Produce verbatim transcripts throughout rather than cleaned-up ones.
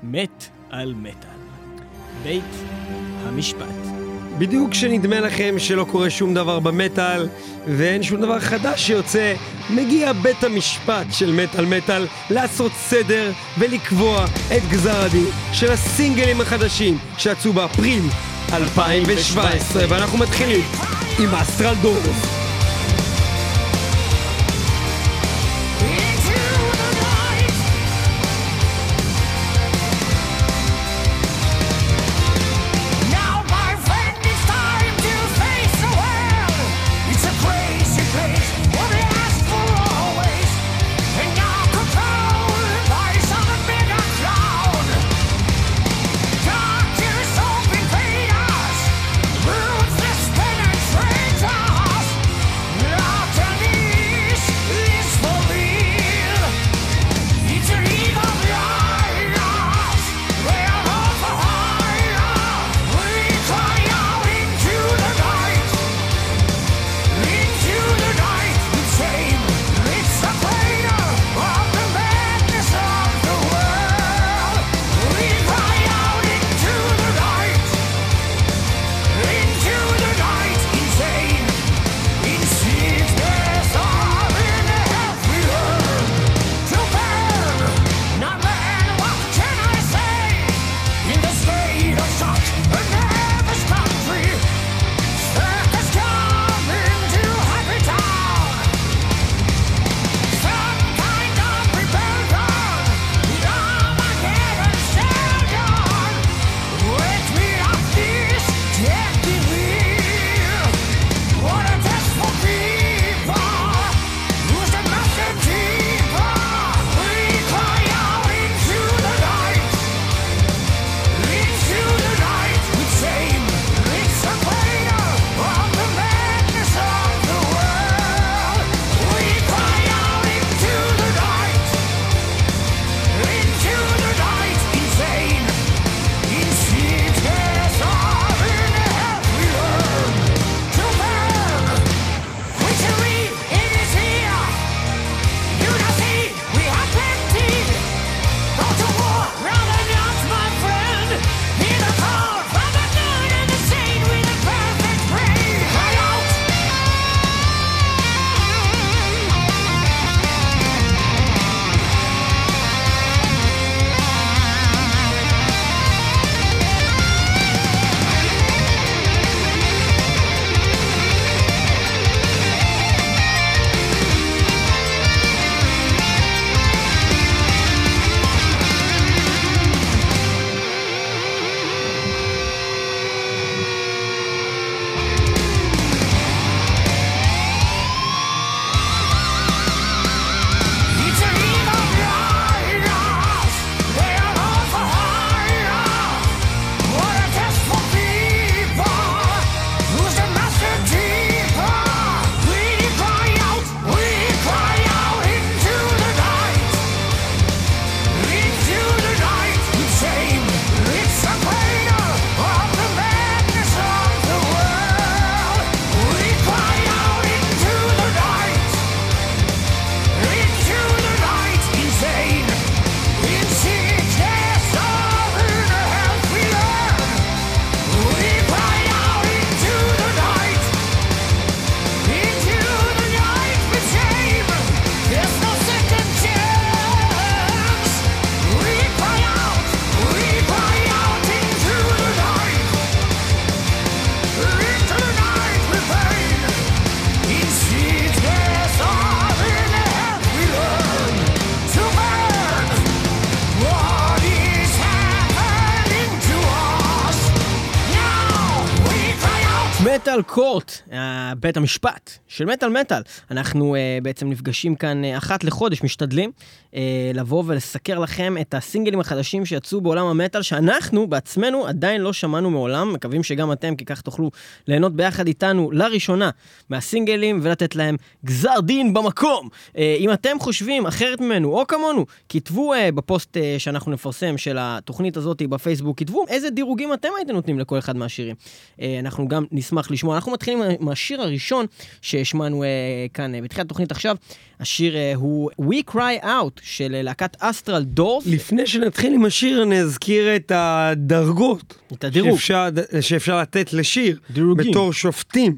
מת על מטל. בית המשפט. בדיוק כשנדמה לכם שלא קורה שום דבר במטל ואין שום דבר חדש שיוצא, מגיע בית המשפט של מטל מטל לעשות סדר ולקבוע את גזר הדין של הסינגלים החדשים שיצאו באפריל אלפיים שבע עשרה, ואנחנו מתחילים עם אסטרל דורס. מטל קורט, בית המשפט של מטל מטל. אנחנו uh, בעצם נפגשים כאן uh, אחת לחודש, משתדלים uh, לבוא ולסקר לכם את הסינגלים החדשים שיצאו בעולם המטל, שאנחנו בעצמנו עדיין לא שמענו מעולם. מקווים שגם אתם, כי כך תוכלו ליהנות ביחד איתנו לראשונה מהסינגלים ולתת להם גזר דין במקום. Uh, אם אתם חושבים אחרת ממנו או כמונו, כתבו uh, בפוסט uh, שאנחנו נפרסם של התוכנית הזאת בפייסבוק, כתבו איזה דירוגים אתם הייתם נותנים לכל אחד מהשירים. Uh, אנחנו גם נשמח לשמוע. אנחנו מתחילים מהשיר הראשון שהשמענו כאן בתחילת התוכנית עכשיו. השיר הוא We Cry Out של להקת אסטרל דורס. לפני שנתחיל עם השיר נזכיר את הדרגות. את הדירוג. שאפשר, שאפשר לתת לשיר. דירוגים. בתור שופטים.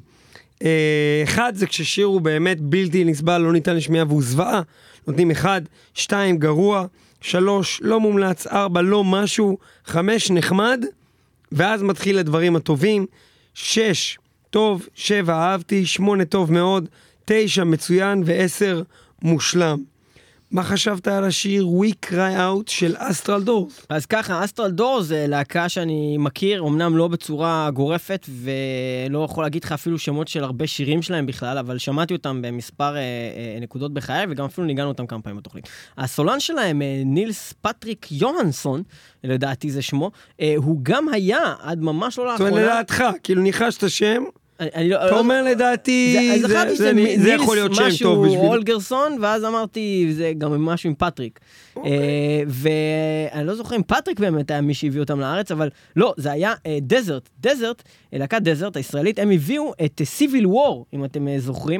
אחד זה כששיר הוא באמת בלתי נסבל, לא ניתן לשמיעה והוא זוועה. נותנים אחד, שתיים גרוע, שלוש לא מומלץ, ארבע לא משהו, חמש נחמד, ואז מתחיל הדברים הטובים, שש טוב, שבע אהבתי, שמונה טוב מאוד, תשע מצוין ועשר מושלם. מה חשבת על השיר We Cry Out של אסטרל דורס? אז ככה, אסטרל דורס זה להקה שאני מכיר, אמנם לא בצורה גורפת, ולא יכול להגיד לך אפילו שמות של הרבה שירים שלהם בכלל, אבל שמעתי אותם במספר אה, אה, נקודות בחיי, וגם אפילו ניגענו אותם כמה פעמים בתוכנית. הסולן שלהם, אה, נילס פטריק יוהנסון, לדעתי זה שמו, אה, הוא גם היה עד ממש לא לאחרונה... זאת אומרת, לדעתך, כאילו ניחשת השם... אני לא, אתה אומר לדעתי, זה, זה, זה, זה, זה יכול להיות שם טוב בשביל... משהו אולגרסון, ואז אמרתי, זה גם משהו עם פטריק. Okay. ואני לא זוכר אם פטריק באמת היה מי שהביא אותם לארץ, אבל לא, זה היה דזרט. דזרט, להקת דזרט הישראלית, הם הביאו את סיביל וור, אם אתם זוכרים,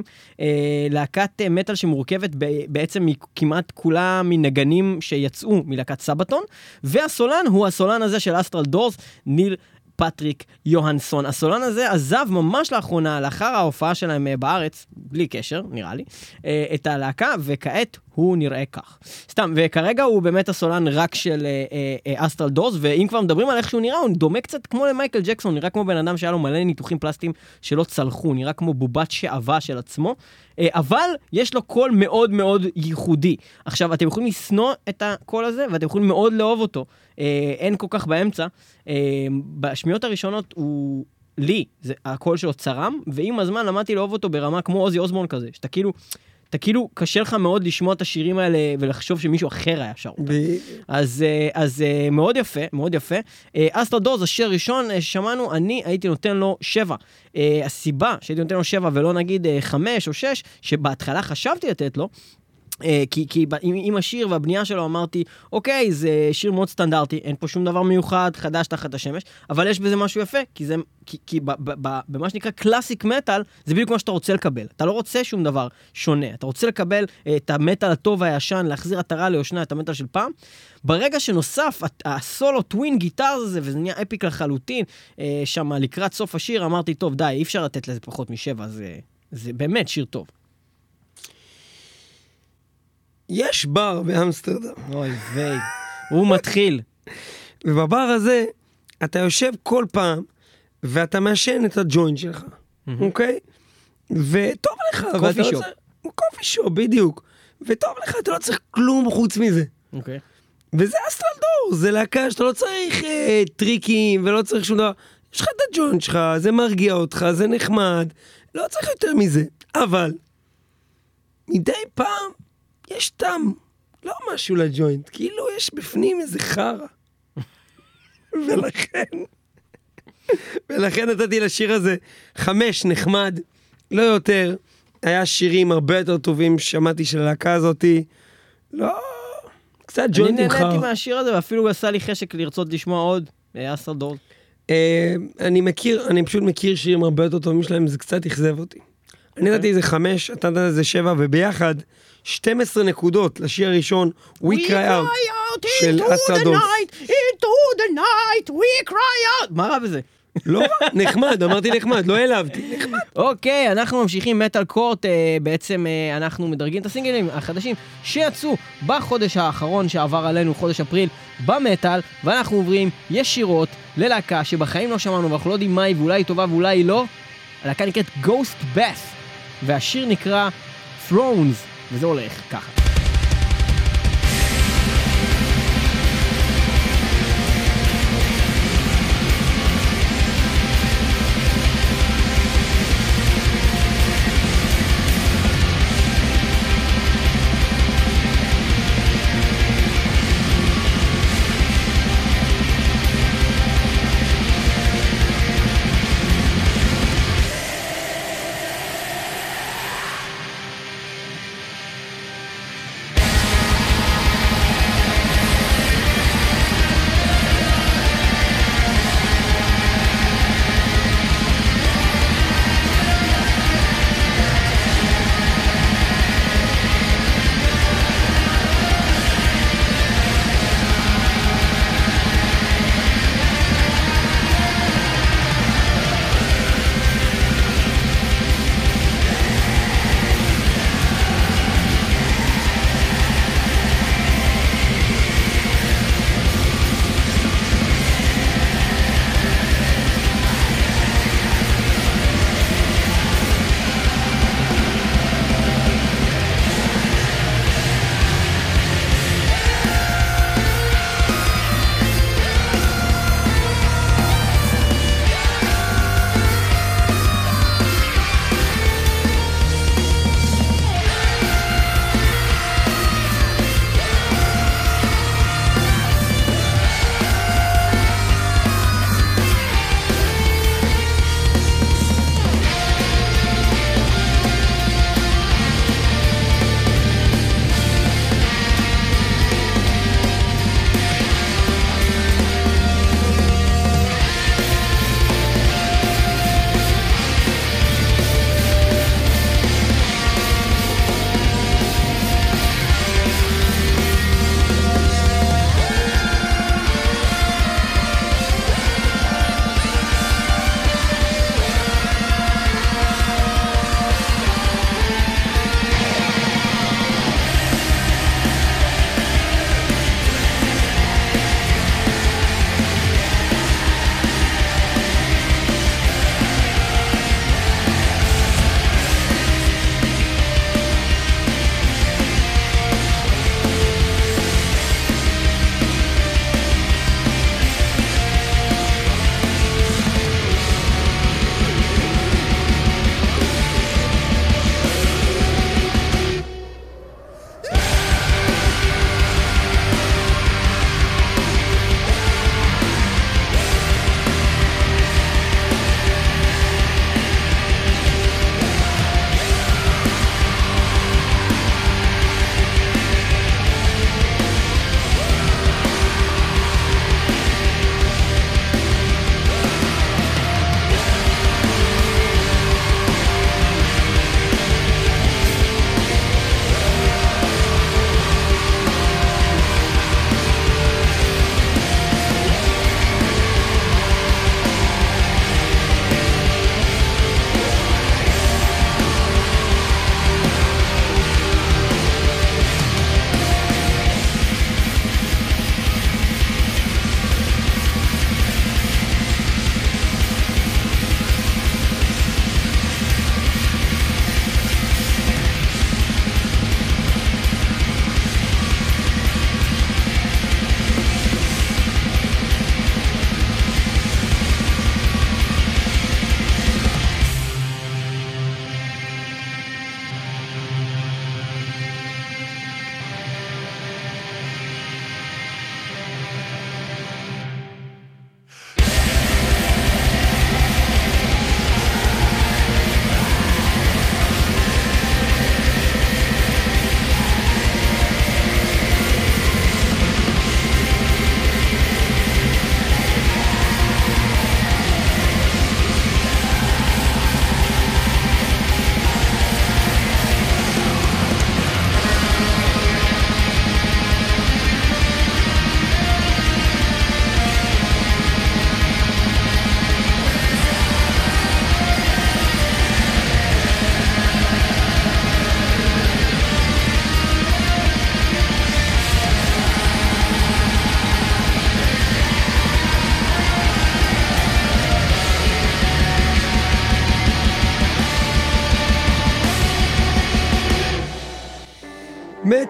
להקת מטל שמורכבת בעצם כמעט כולה מנגנים שיצאו מלהקת סבתון, והסולן הוא הסולן הזה של אסטרל דורס, ניל פטריק יוהנסון. הסולן הזה עזב ממש לאחרונה, לאחר ההופעה שלהם בארץ, בלי קשר, נראה לי, את הלהקה, וכעת הוא נראה כך. סתם, וכרגע הוא באמת הסולן רק של אסטרל דורס, ואם כבר מדברים על איך שהוא נראה, הוא דומה קצת כמו למייקל ג'קסון, נראה כמו בן אדם שהיה לו מלא ניתוחים פלסטיים שלא צלחו, נראה כמו בובת שעבה של עצמו, אבל יש לו קול מאוד מאוד ייחודי. עכשיו, אתם יכולים לסנוע את הקול הזה, ואתם יכולים מאוד לאהוב אותו. אין כל כך באמצע. בשמיעות הראשונות הוא, לי, זה הקול שלו צרם, ועם הזמן למדתי לאהוב אותו ברמה כמו עוזי אוסבורן כזה, שאתה כאילו, אתה כאילו קשה לך מאוד לשמוע את השירים האלה ולחשוב שמישהו אחר היה שר אותם. אז, אז מאוד יפה, מאוד יפה. אסטרל דורס, השיר הראשון ששמענו, אני הייתי נותן לו שבע. הסיבה שהייתי נותן לו שבע ולא נגיד חמש או שש, שבהתחלה חשבתי לתת לו, כי, כי עם השיר והבנייה שלו אמרתי, אוקיי, זה שיר מאוד סטנדרטי, אין פה שום דבר מיוחד, חדש תחת השמש, אבל יש בזה משהו יפה, כי, זה, כי, כי ב, ב, ב, במה שנקרא קלאסיק מטל, זה בדיוק מה שאתה רוצה לקבל. אתה לא רוצה שום דבר שונה, אתה רוצה לקבל את המטל הטוב והישן, להחזיר עטרה ליושנה, את המטל של פעם. ברגע שנוסף, הסולו טווין גיטר הזה, וזה נהיה אפיק לחלוטין, שם לקראת סוף השיר, אמרתי, טוב, די, אי אפשר לתת לזה פחות משבע, זה, זה באמת שיר טוב. יש בר באמסטרדם. אוי ויי, הוא מתחיל. ובבר הזה, אתה יושב כל פעם, ואתה מעשן את הג'וינט שלך, אוקיי? וטוב לך. קופי שופ. הוא קופי שופ, בדיוק. וטוב לך, אתה לא צריך כלום חוץ מזה. אוקיי. וזה אסטרל דורס, זה להקה שאתה לא צריך אה, טריקים, ולא צריך שום דבר. יש לך את הג'וינט שלך, זה מרגיע אותך, זה נחמד. לא צריך יותר מזה. אבל, מדי פעם, יש טעם, לא משהו לג'וינט, כאילו יש בפנים איזה חרה. ולכן, ולכן נתתי לשיר הזה חמש נחמד, לא יותר. היה שירים הרבה יותר טובים ששמעתי של הלהקה הזאת, לא, קצת ג'וינט עם חרה. אני נהניתי מהשיר הזה, ואפילו עשה לי חשק לרצות לשמוע עוד, אסטרל דורס. אני מכיר, אני פשוט מכיר שירים הרבה יותר טובים שלהם, זה קצת אכזב אותי. אני נתתי איזה חמש, אתה נתתי איזה שבע, וביחד שתים עשרה נקודות לשיר הראשון, We Cry Out, של אסטרל דורס. Into the night, we cry out. מה רע בזה? לא, נחמד, אמרתי נחמד, לא העלבתי, נחמד. אוקיי, אנחנו ממשיכים מטל קורט, בעצם אנחנו מדרגים את הסינגלים החדשים שיצאו בחודש האחרון שעבר עלינו, חודש אפריל, במטל, ואנחנו עוברים ישירות ללהקה שבחיים לא שמענו, ואנחנו לא יודעים מה היא, ואולי היא טובה ואולי היא לא. הלהקה נקראת Ghost Bath, והשיר נקרא Thrones, וזה הולך ככה.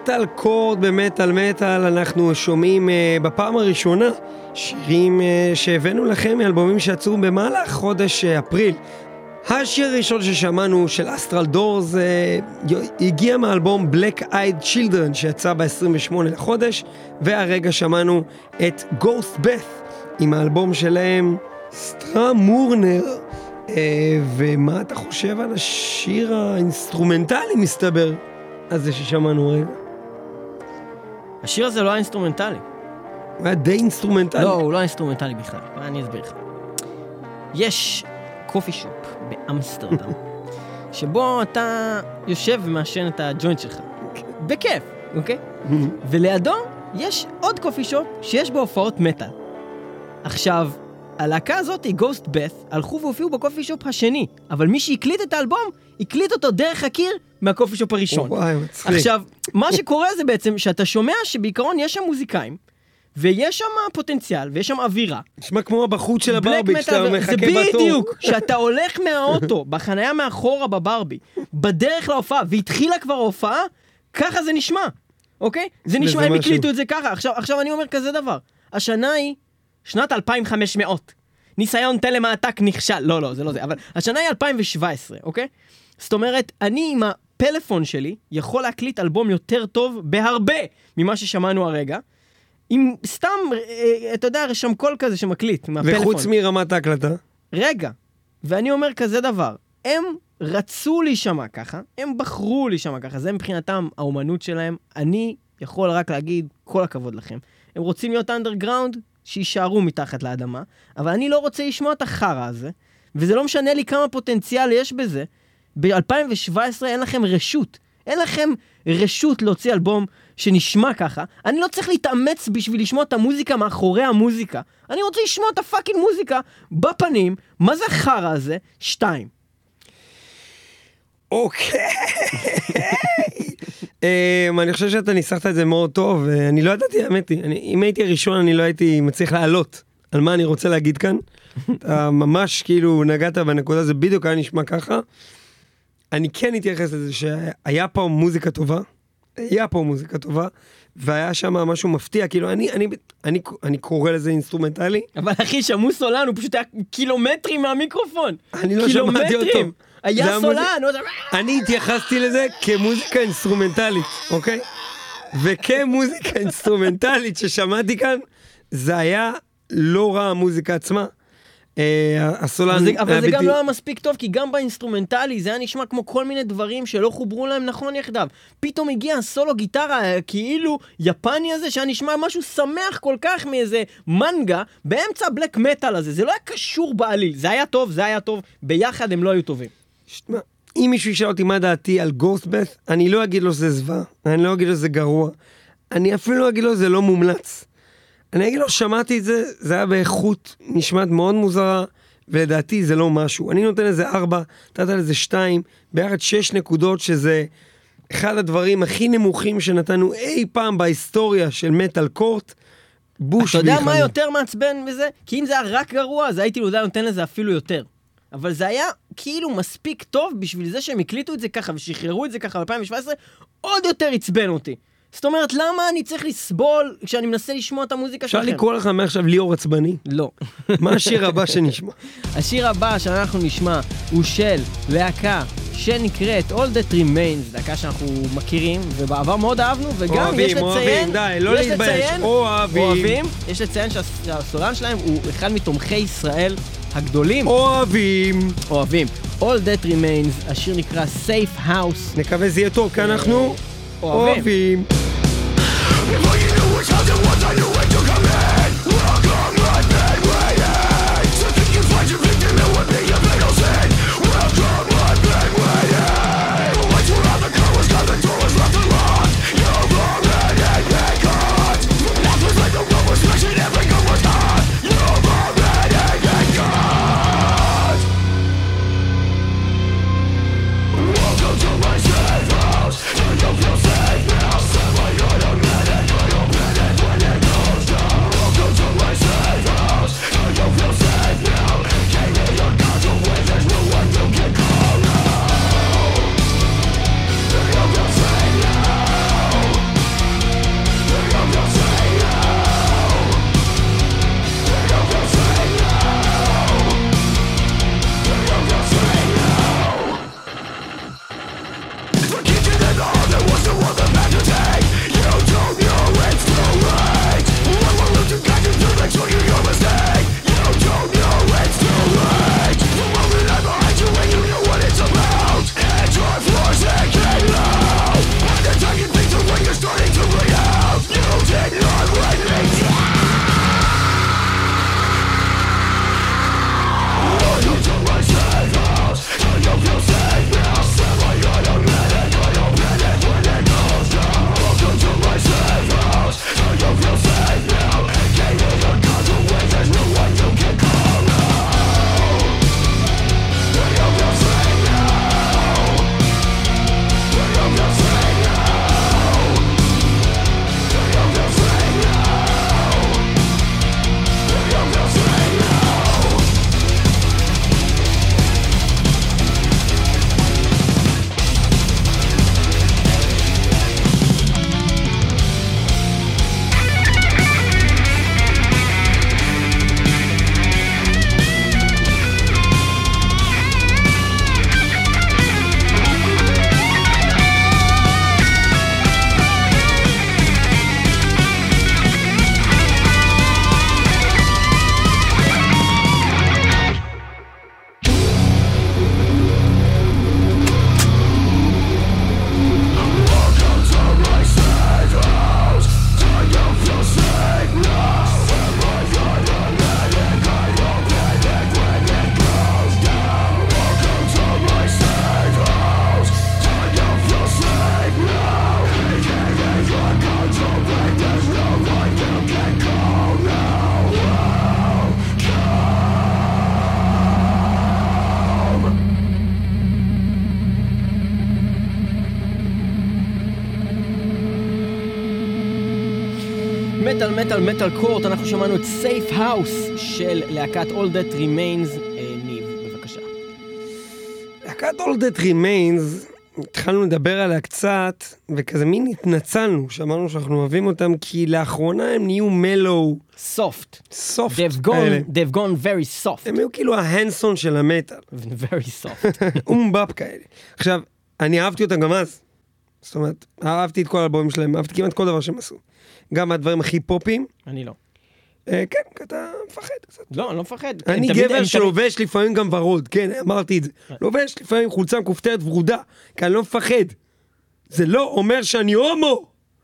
מטל קורד במטל מטל אנחנו שומעים uh, בפעם הראשונה שירים uh, שהבאנו לכם מאלבומים שיצאו במהלך חודש uh, אפריל. השיר הראשון ששמענו של אסטרל דורס uh, הגיע מהאלבום Black Eyed Children שיצא ב-עשרים ושמונה לחודש, והרגע שמענו את Ghost Beth עם האלבום שלהם סטרמורנר. uh, ומה אתה חושב על השיר האינסטרומנטלי מסתבר? אז זה ששמענו רגע. השיר הזה לא היה אינסטרומנטלי. הוא היה די אינסטרומנטלי. לא, הוא לא אינסטרומנטלי בכלל. אני אסביר לך. יש קופי שופ באמסטרדם, שבו אתה יושב ומעשן את הג'וינט שלך. בכיף, אוקיי? ולידו יש עוד קופי שופ שיש בו הופעות מטל. עכשיו, הלהקה הזאת, גוסט בת, הלכו והופיעו בקופי שופ השני, אבל מי שהקליט את האלבום, הקליט אותו דרך הקיר מהקופי שופ הראשון. וואי, מצחיק. עכשיו, מה שקורה זה בעצם שאתה שומע שבעיקרון יש שם מוזיקאים, ויש שם פוטנציאל, ויש שם אווירה. נשמע כמו הבחוץ של הברבי, כשאתה מחכה בתור. זה בדיוק, שאתה הולך מהאוטו, בחניה מאחורה בברבי, בדרך להופעה, והתחילה כבר ההופעה, ככה זה נשמע, אוקיי? זה נשמע, הם הקליטו את זה ככה. עכשיו, עכשיו אני אומר כזה דבר, השנה היא שנת אלפיים וחמש מאות. ניסיון טלמעתק נכשל. לא, לא, זה לא זה. אבל השנה היא אלפיים שבע עשרה, אוקיי? זאת אומרת, אני עם הפלאפון שלי יכול להקליט אלבום יותר טוב בהרבה ממה ששמענו הרגע. עם סתם, אתה יודע, רשם קול כזה שמקליט מהפלאפון. וחוץ מרמת ההקלטה? רגע. ואני אומר כזה דבר. הם רצו להישמע ככה, הם בחרו להישמע ככה. זה מבחינתם האומנות שלהם. אני יכול רק להגיד כל הכבוד לכם. הם רוצים להיות אנדרגראונד, שישארו מתחת לאדמה, אבל אני לא רוצה לשמוע את החרא הזה, וזה לא משנה לי כמה פוטנציאל יש בזה. ב-אלפיים שבע עשרה אין לכם רשות, אין לכם רשות להוציא אלבום שנשמע ככה. אני לא צריך להתאמץ בשביל לשמוע את המוזיקה מאחורי המוזיקה. אני רוצה לשמוע את הפאקינג מוזיקה בפנים. מה זה החרא הזה? שתיים. אוקיי. אני חושב שאתה ניסחת את זה מאוד טוב, אני לא ידעתי, האמת היא, אם הייתי הראשון אני לא הייתי מצליח לעלות על מה אני רוצה להגיד כאן. אתה ממש כאילו נגעת בנקודה, זה בדיוק היה נשמע ככה. אני כן אתייחס לזה שהיה פה מוזיקה טובה, היה פה מוזיקה טובה, והיה שם משהו מפתיע, כאילו אני, אני, אני, אני קורא לזה אינסטרומנטלי. אבל אחי, שמו סולן, הוא פשוט היה קילומטרים מהמיקרופון. אני לא שמעתי אותו. היה סולן. אני התייחסתי לזה כמוזיקה אינסטרומנטלית, אוקיי? וכמוזיקה אינסטרומנטלית ששמעתי כאן, זה היה לא רע המוזיקה עצמה. הסולן... אבל זה גם לא היה מספיק טוב, כי גם באינסטרומנטלי זה היה נשמע כמו כל מיני דברים שלא חוברו להם נכון יחדיו. פתאום הגיע הסולו גיטרה כאילו יפני הזה, שהיה נשמע משהו שמח כל כך מאיזה מנגה, באמצע הבלק מטל הזה. זה לא היה קשור בעליל. זה היה טוב, זה היה טוב. ביחד הם לא היו טובים. שתמה, אם מישהו ישאל אותי מה דעתי על גוסט בת, אני לא אגיד לו שזה זווה, אני לא אגיד לו שזה גרוע, אני אפילו לא אגיד לו זה לא מומלץ. אני אגיד לו, שמעתי את זה, זה היה באיכות נשמעת מאוד מוזרה, ולדעתי זה לא משהו. אני נותן לזה ארבע, נתת לזה שתיים, ביחד שש נקודות, שזה אחד הדברים הכי נמוכים שנתנו אי פעם בהיסטוריה של מטל קורט. בוש אתה יודע מה יותר מעצבן בזה? כי אם זה היה רק גרוע, אז הייתי יודע נותן לזה אפילו יותר. אבל זה היה כאילו מספיק טוב בשביל זה שהם הקליטו את זה ככה ושחררו את זה ככה ב-אלפיים שבע עשרה, עוד יותר עצבן אותי. זאת אומרת, למה אני צריך לסבול כשאני מנסה לשמוע את המוזיקה שלכם? אפשר לקרוא לך מעכשיו ליאור עצבני? לא. מה השיר הבא שנשמע? השיר הבא שאנחנו נשמע הוא של להקה שנקראת All That Remains, להקה שאנחנו מכירים ובעבר מאוד אהבנו, וגם יש לציין... אוהבים, די, לא להתבייש, אוהבים. אוהבים. יש לציין שהסולן שלהם הוא אחד מתומכי ישראל הגדולים. אוהבים. אוהבים. All That Remains, השיר נקרא Safe House. נקווה זה יהיה טוב, כי אנחנו... אוהבים. מטל מטל קורט, אנחנו שמענו את Safe House של להקת All That Remains. ניב, בבקשה. להקת All That Remains, התחלנו לדבר עליה קצת, וכזה מין התנצלנו, שאמרנו שאנחנו אוהבים אותם, כי לאחרונה הם נהיו מלו. Soft. Soft. They've gone, they've gone very soft. הם היו כאילו ההנסון של המטל. Very soft. אומבאפ כאלה. עכשיו, אני אהבתי אותם גם אז. זאת אומרת, אהבתי את כל האלבומים שלהם, אהבתי כמעט כל דבר שהם עשו. גם הדברים הכי פופיים. אני לא. כן, אתה מפחד קצת. לא, אני לא מפחד. אני גבר שלובש לפעמים גם ורוד, כן, אמרתי את זה. לובש לפעמים חולצה מכופתרת ורודה, כי אני לא מפחד. זה לא אומר שאני הומו.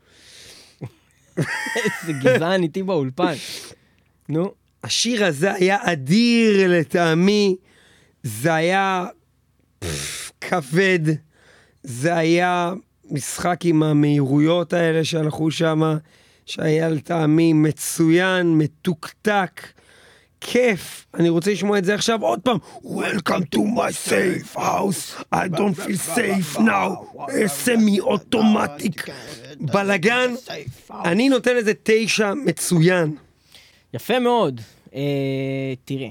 איזה גזען איתי באולפן. נו. השיר הזה היה אדיר לטעמי, זה היה כבד, זה היה משחק עם המהירויות האלה שהלכו שם, שהיה לטעמי מצוין, מתוקתק, כיף. אני רוצה לשמוע את זה עכשיו עוד פעם. Welcome to my safe house, I don't feel safe now, סמי אוטומטיק, בלגן. אני נותן לזה תשע מצוין. יפה מאוד. תראה,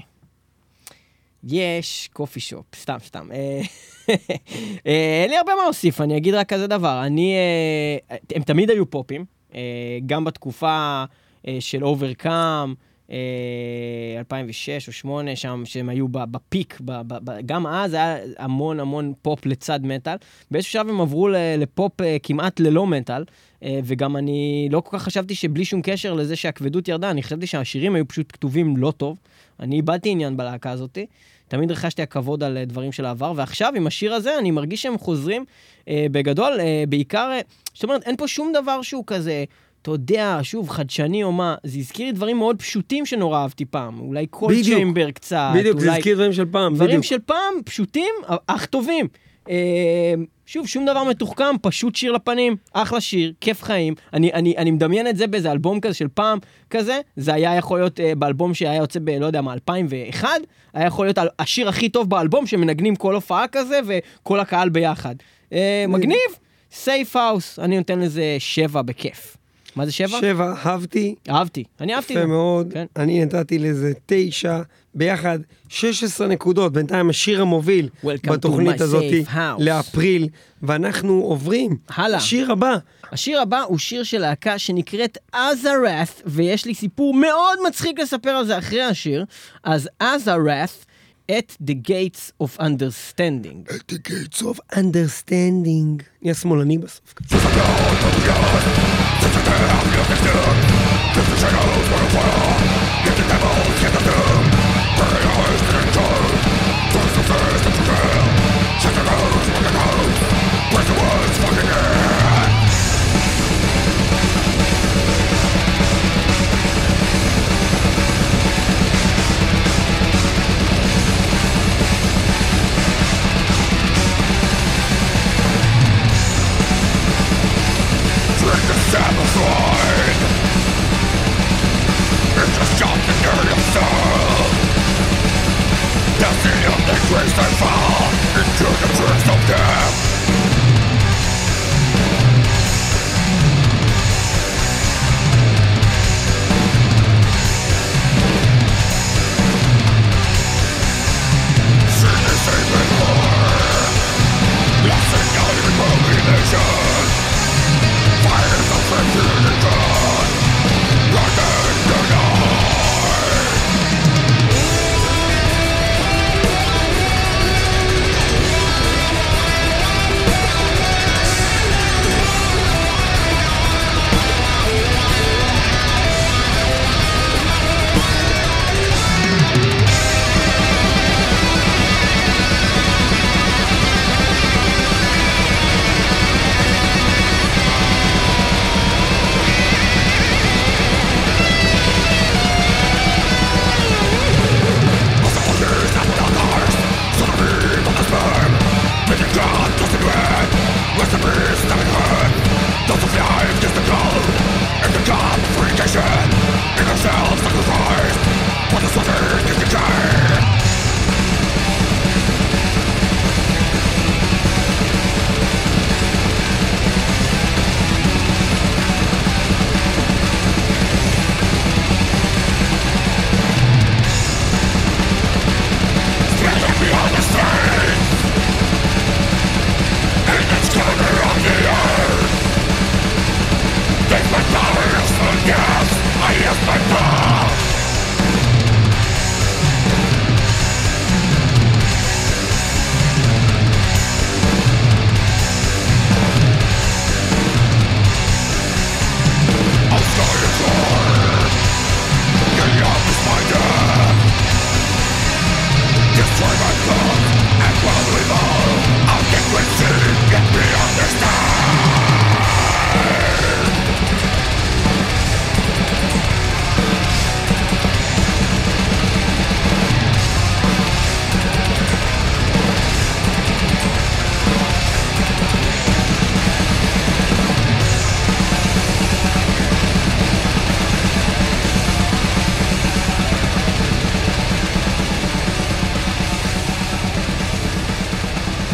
יש קופי שופ, סתם, סתם. אין לי הרבה מה להוסיף, אני אגיד רק כזה דבר. אני, הם תמיד היו פופים, גם בתקופה של אוברקאם, אלפיים ושש או שמונה, שם שהם היו בפיק, גם אז היה המון המון פופ לצד מטל. באיזשהו שלב הם עברו לפופ כמעט ללא מטל, וגם אני לא כל כך חשבתי שבלי שום קשר לזה שהכבדות ירדה, אני חשבתי שהשירים היו פשוט כתובים לא טוב. אני איבדתי עניין בלהקה הזאת, תמיד רכשתי הכבוד על דברים של העבר, ועכשיו עם השיר הזה אני מרגיש שהם חוזרים אה, בגדול, אה, בעיקר, אה, זאת אומרת, אין פה שום דבר שהוא כזה, אתה יודע, שוב, חדשני או מה, זה הזכיר לי דברים מאוד פשוטים שנורא אהבתי פעם, אולי קול צ'יימבר קצת, בדיוק, אולי... זה הזכיר דברים של פעם, דברים בדיוק. של פעם, פשוטים, אך טובים. אה, שוב, שום דבר מתוחכם, פשוט שיר לפנים, אחלה שיר, כיף חיים. אני, אני, אני מדמיין את זה באיזה אלבום כזה של פעם כזה, זה היה יכול להיות אה, באלבום שהיה יוצא ב, לא יודע מה, אלפיים ואחת, היה יכול להיות השיר הכי טוב באלבום, שמנגנים כל הופעה כזה, וכל הקהל ביחד. אה, מגניב, Safe House, אני נותן לזה שבע בכיף. מה זה שבע? שבע, אהבתי. אהבתי, אני אהבתי. יפה מאוד, כן. אני נתתי לזה תשע, ביחד שש עשרה נקודות, בינתיים השיר המוביל בתוכנית הזאת לאפריל, ואנחנו עוברים. הלאה. השיר הבא. השיר הבא הוא שיר של להקה שנקראת Azarath, ויש לי סיפור מאוד מצחיק לספר על זה אחרי השיר. אז Azarath, at the gates of understanding. At the gates of understanding. נהיה שמאלני בסוף.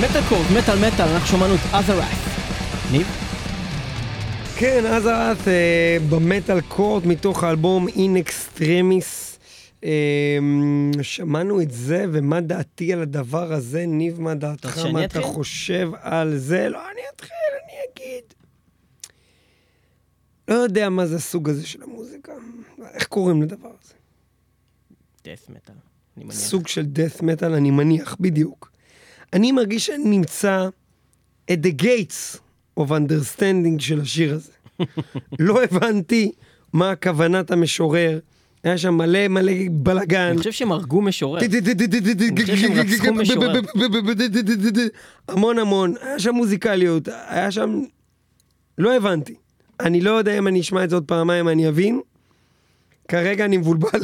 מטל קורט, מטל מטל, אנחנו שמענו את אזרת. ניב? כן, אזרת אה, במטל קורט מתוך האלבום אין אקסטרמיס. אה, שמענו את זה, ומה דעתי על הדבר הזה? ניב, מה דעתך? מה אתה חושב על זה? לא, אני אתחיל, אני אגיד. לא יודע מה זה הסוג הזה של המוזיקה. איך קוראים לדבר הזה? דאט מטל, אני מניח. סוג של דאט מטל, אני מניח, בדיוק. אני מרגיש שאני נמצא at the gates of understanding של השיר הזה. לא הבנתי מה כוונת המשורר. היה שם מלא מלא בלגן. אני חושב שהם הרגו משורר. אני חושב שהם רצחו משורר. המון המון. היה שם מוזיקליות. היה שם... לא הבנתי. אני לא יודע אם אני אשמע את זה עוד פעמיים, אני אבין. כרגע אני מבולבל.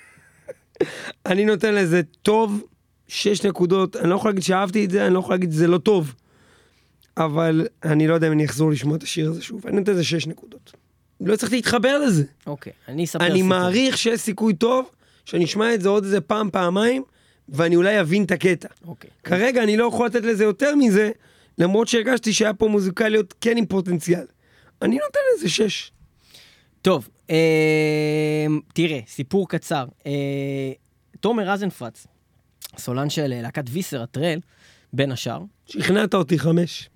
אני נותן לזה טוב, שש נקודות. אני לא יכול להגיד שאהבתי את זה, אני לא יכול להגיד שזה לא טוב. אבל אני לא יודע אם אני אחזור לשמוע את השיר הזה שוב. אני נותן לזה שש נקודות. לא צריך להתחבר לזה. אוקיי, אני אספר אני מעריך שיש סיכוי טוב, שאני אשמע את זה עוד איזה פעם, פעמיים, ואני אולי אבין את הקטע. אוקיי. כרגע אני לא יכול לתת לזה יותר מזה, למרות שהרגשתי שהיה פה מוזיקליות כן עם פוטנציאל. אני נותן לזה שש. טוב, אה, תראה, סיפור קצר. אה, תומר רזנפרץ, סולן של להקת ויסר הטרל, בין השאר. שכנעת אותי חמש.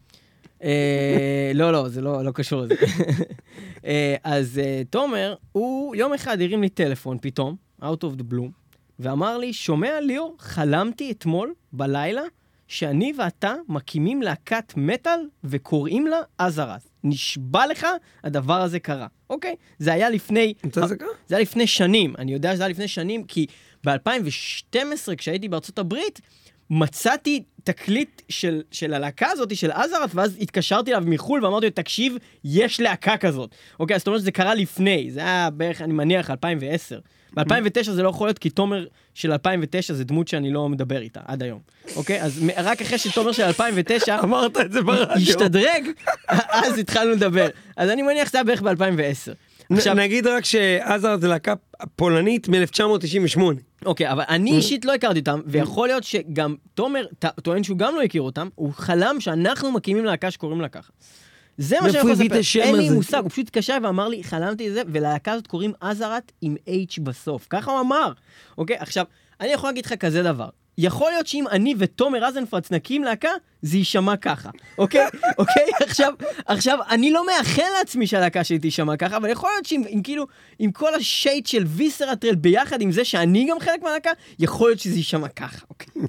אה, לא, לא, זה לא, לא קשור לזה. אה, אז אה, תומר, הוא יום אחד הרים לי טלפון פתאום, out of the blue, ואמר לי, שומע ליאור, חלמתי אתמול בלילה, שאני ואתה מקימים להקת מטל וקוראים לה אזרת. נשבע לך, הדבר הזה קרה. אוקיי? זה היה לפני... זה זה קרה? זה היה לפני שנים. אני יודע שזה היה לפני שנים, כי ב-אלפיים ושתים עשרה, כשהייתי בארצות הברית, מצאתי תקליט של, של הלהקה הזאת, של אזרת, ואז התקשרתי אליו מחול, ואמרתי לו, תקשיב, יש להקה כזאת. אוקיי, אז זאת אומרת שזה קרה לפני. זה היה בערך, אני מניח, אלפיים ועשר. ב-אלפיים ותשע זה לא יכול להיות, כי תומר של אלפיים ותשע זה דמות שאני לא מדבר איתה, עד היום. אוקיי? אז רק אחרי שתומר של אלפיים ותשע... אמרת את זה ברדיו. השתדרג, אז התחלנו לדבר. אז אני מניח שזה היה בערך ב-אלפיים ועשר. עכשיו... נגיד רק שאזרת זה להקה פולנית מ-אלף תשע מאות תשעים ושמונה. אוקיי, אבל אני אישית לא הכרתי אותם, ויכול להיות שגם תומר טוען שהוא גם לא הכיר אותם, הוא חלם שאנחנו מקימים להקה שקוראים לה ככה. זה מה שאני יכול לספר, אין לי מושג, הוא פשוט התקשר ואמר לי, חלמתי את זה, ולהקה הזאת קוראים אזרת עם H בסוף, ככה הוא אמר, אוקיי? עכשיו, אני יכול להגיד לך כזה דבר, יכול להיות שאם אני ותומר רזנפרץ נקים להקה, זה יישמע ככה, אוקיי? אוקיי? עכשיו, עכשיו, אני לא מאחל לעצמי שהלהקה שלי תישמע ככה, אבל יכול להיות שאם, אם, כאילו, עם כל השייט של ויסר הטרל ביחד עם זה שאני גם חלק מהלהקה, יכול להיות שזה יישמע ככה, אוקיי?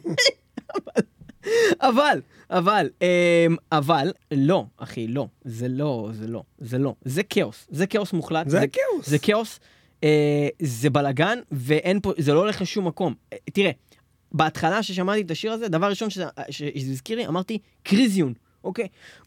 אבל, אבל, אבל, לא, אחי, לא, זה לא, זה לא, זה לא, זה כאוס, זה כאוס מוחלט. זה כאוס. זה כאוס, זה בלגן, ואין פה, זה לא הולך לשום מקום. תראה, בהתחלה ששמעתי את השיר הזה, דבר ראשון שזה הזכיר לי, אמרתי, קריזיון, אוקיי?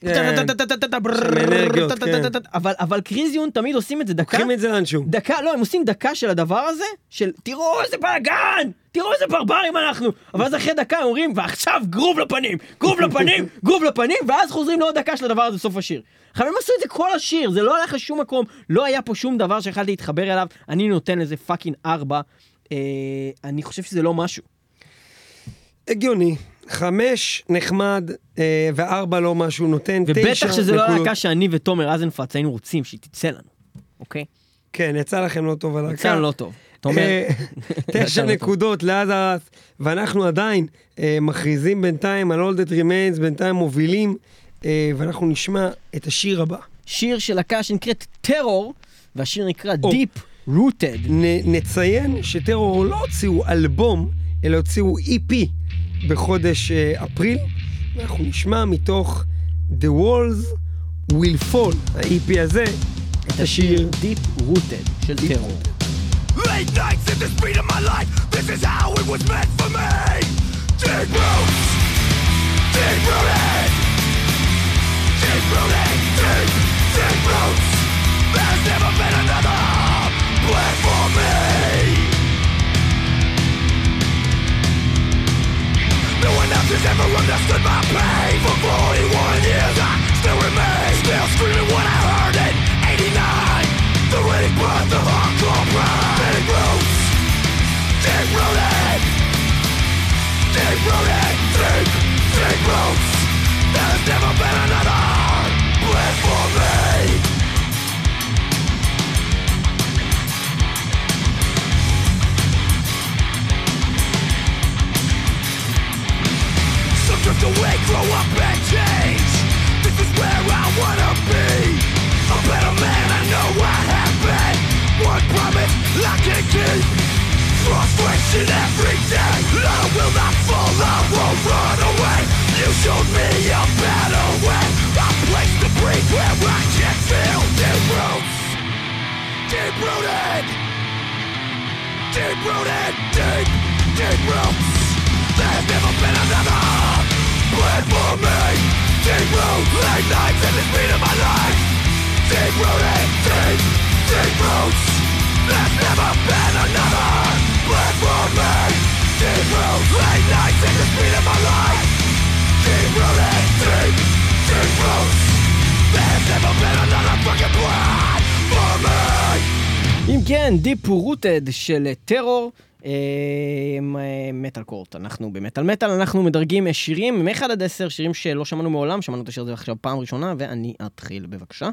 אבל קריזיון תמיד עושים את זה דקה. לוקחים את זה לאנשהו. דקה, לא, הם עושים דקה של הדבר הזה, של תראו איזה בלגן, תראו איזה ברברים אנחנו. אבל אז אחרי דקה הם אומרים, ועכשיו גרוב לפנים, גרוב לפנים, גרוב לפנים, ואז חוזרים לעוד דקה של הדבר הזה בסוף השיר. עכשיו הם עשו את זה כל השיר, זה לא הלך לשום מקום, לא היה פה שום דבר שיכולתי להתחבר אליו, אני נותן לזה פאקינג ארבע, אני חושב שזה לא משהו. הגיוני, חמש נחמד, אה, וארבע לא משהו, נותן תשע. ובטח שזה לא הלהקה שאני ותומר רזנפרץ היינו רוצים שהיא תצא לנו, אוקיי? כן, יצא לכם לא טוב הלהקה. יצא לנו לא טוב. תומר... תשע נקודות לאזרת, ואנחנו עדיין אה, מכריזים בינתיים על All That Remains, בינתיים מובילים, אה, ואנחנו נשמע את השיר הבא. שיר של להקה שנקראת טרור, והשיר נקרא Deep Rooted. נ, נציין שטרור לא הוציאו אלבום, אלא הוציאו אי פי בחודש uh, אפריל, ואנחנו נשמע מתוך The Walls Will Fall, ה-אי פי הזה, את השיר Deep Rooted של טרור. Late nights at the speed of my life, this is how it was meant for me. Deep roots, deep rooted, deep rooted, deep, deep roots. There's never been another plan for me. No one else has ever understood my pain. For forty-one years I still remain, still screaming what I heard in eighty-nine. The raining breath of hardcore pride. Deep roots, deep rooted, deep rooted, deep, deep roots. grow up and change. This is where I wanna be. A better man, I know I have been. One promise I can keep. Frustration every day. I will not fall, I won't run away. You showed me a better way. A place to breathe where I can feel deep roots. Deep rooted. Deep rooted, deep, deep roots. There's never been another plan for me. Deep roots, late nights in the speed of my life. Deep rooted, deep, deep roots. There's never been another plan for me. Deep roots, late nights in the speed of my life. Deep rooted, deep, deep roots. There's never been another fucking plan for me. אם כן, Deep Rooted של טרור, מטל קורט. אנחנו במטל מטל, אנחנו מדרגים שירים מ-אחד עד עשר, שירים שלא שמענו מעולם, שמענו את השיר הזה עכשיו פעם ראשונה, ואני אתחיל בבקשה.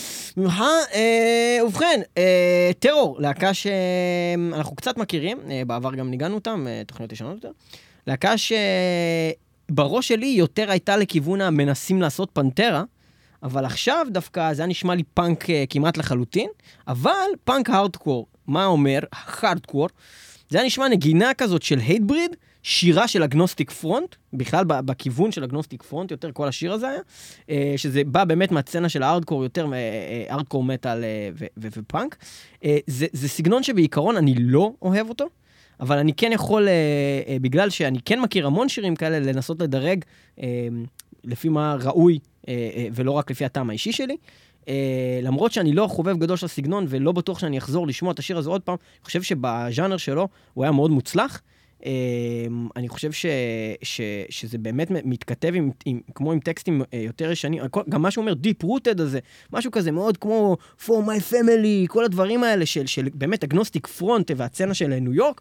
ובכן, טרור, להקה שאנחנו קצת מכירים, בעבר גם ניגענו אותם, תוכניות ישנות יותר. להקה שבראש שלי יותר הייתה לכיוון המנסים לעשות פנטרה, אבל עכשיו דווקא זה היה נשמע לי פאנק כמעט לחלוטין, אבל פאנק הארדקור, מה אומר? הארדקור, זה היה נשמע נגינה כזאת של הייטבריד, שירה של אגנוסטיק פרונט, בכלל בכיוון של אגנוסטיק פרונט, יותר כל השיר הזה היה, שזה בא באמת מהצנה של הארדקור, יותר הארדקור מטל ופאנק. זה, זה סגנון שבעיקרון אני לא אוהב אותו, אבל אני כן יכול, בגלל שאני כן מכיר המון שירים כאלה, לנסות לדרג לפי מה ראוי, ולא רק לפי הטעם האישי שלי, למרות שאני לא חובב גדול של הסגנון, ולא בטוח שאני אחזור לשמוע את השיר הזה עוד פעם, אני חושב שבז'אנר שלו הוא היה מאוד מוצלח, אני חושב ש, ש, שזה באמת מתכתב עם, עם, כמו עם טקסטים יותר ישנים, גם מה שאומר Deep Rooted הזה, משהו כזה מאוד כמו For My Family, כל הדברים האלה של, של באמת אגנוסטיק פרונט והצנה של ניו יורק,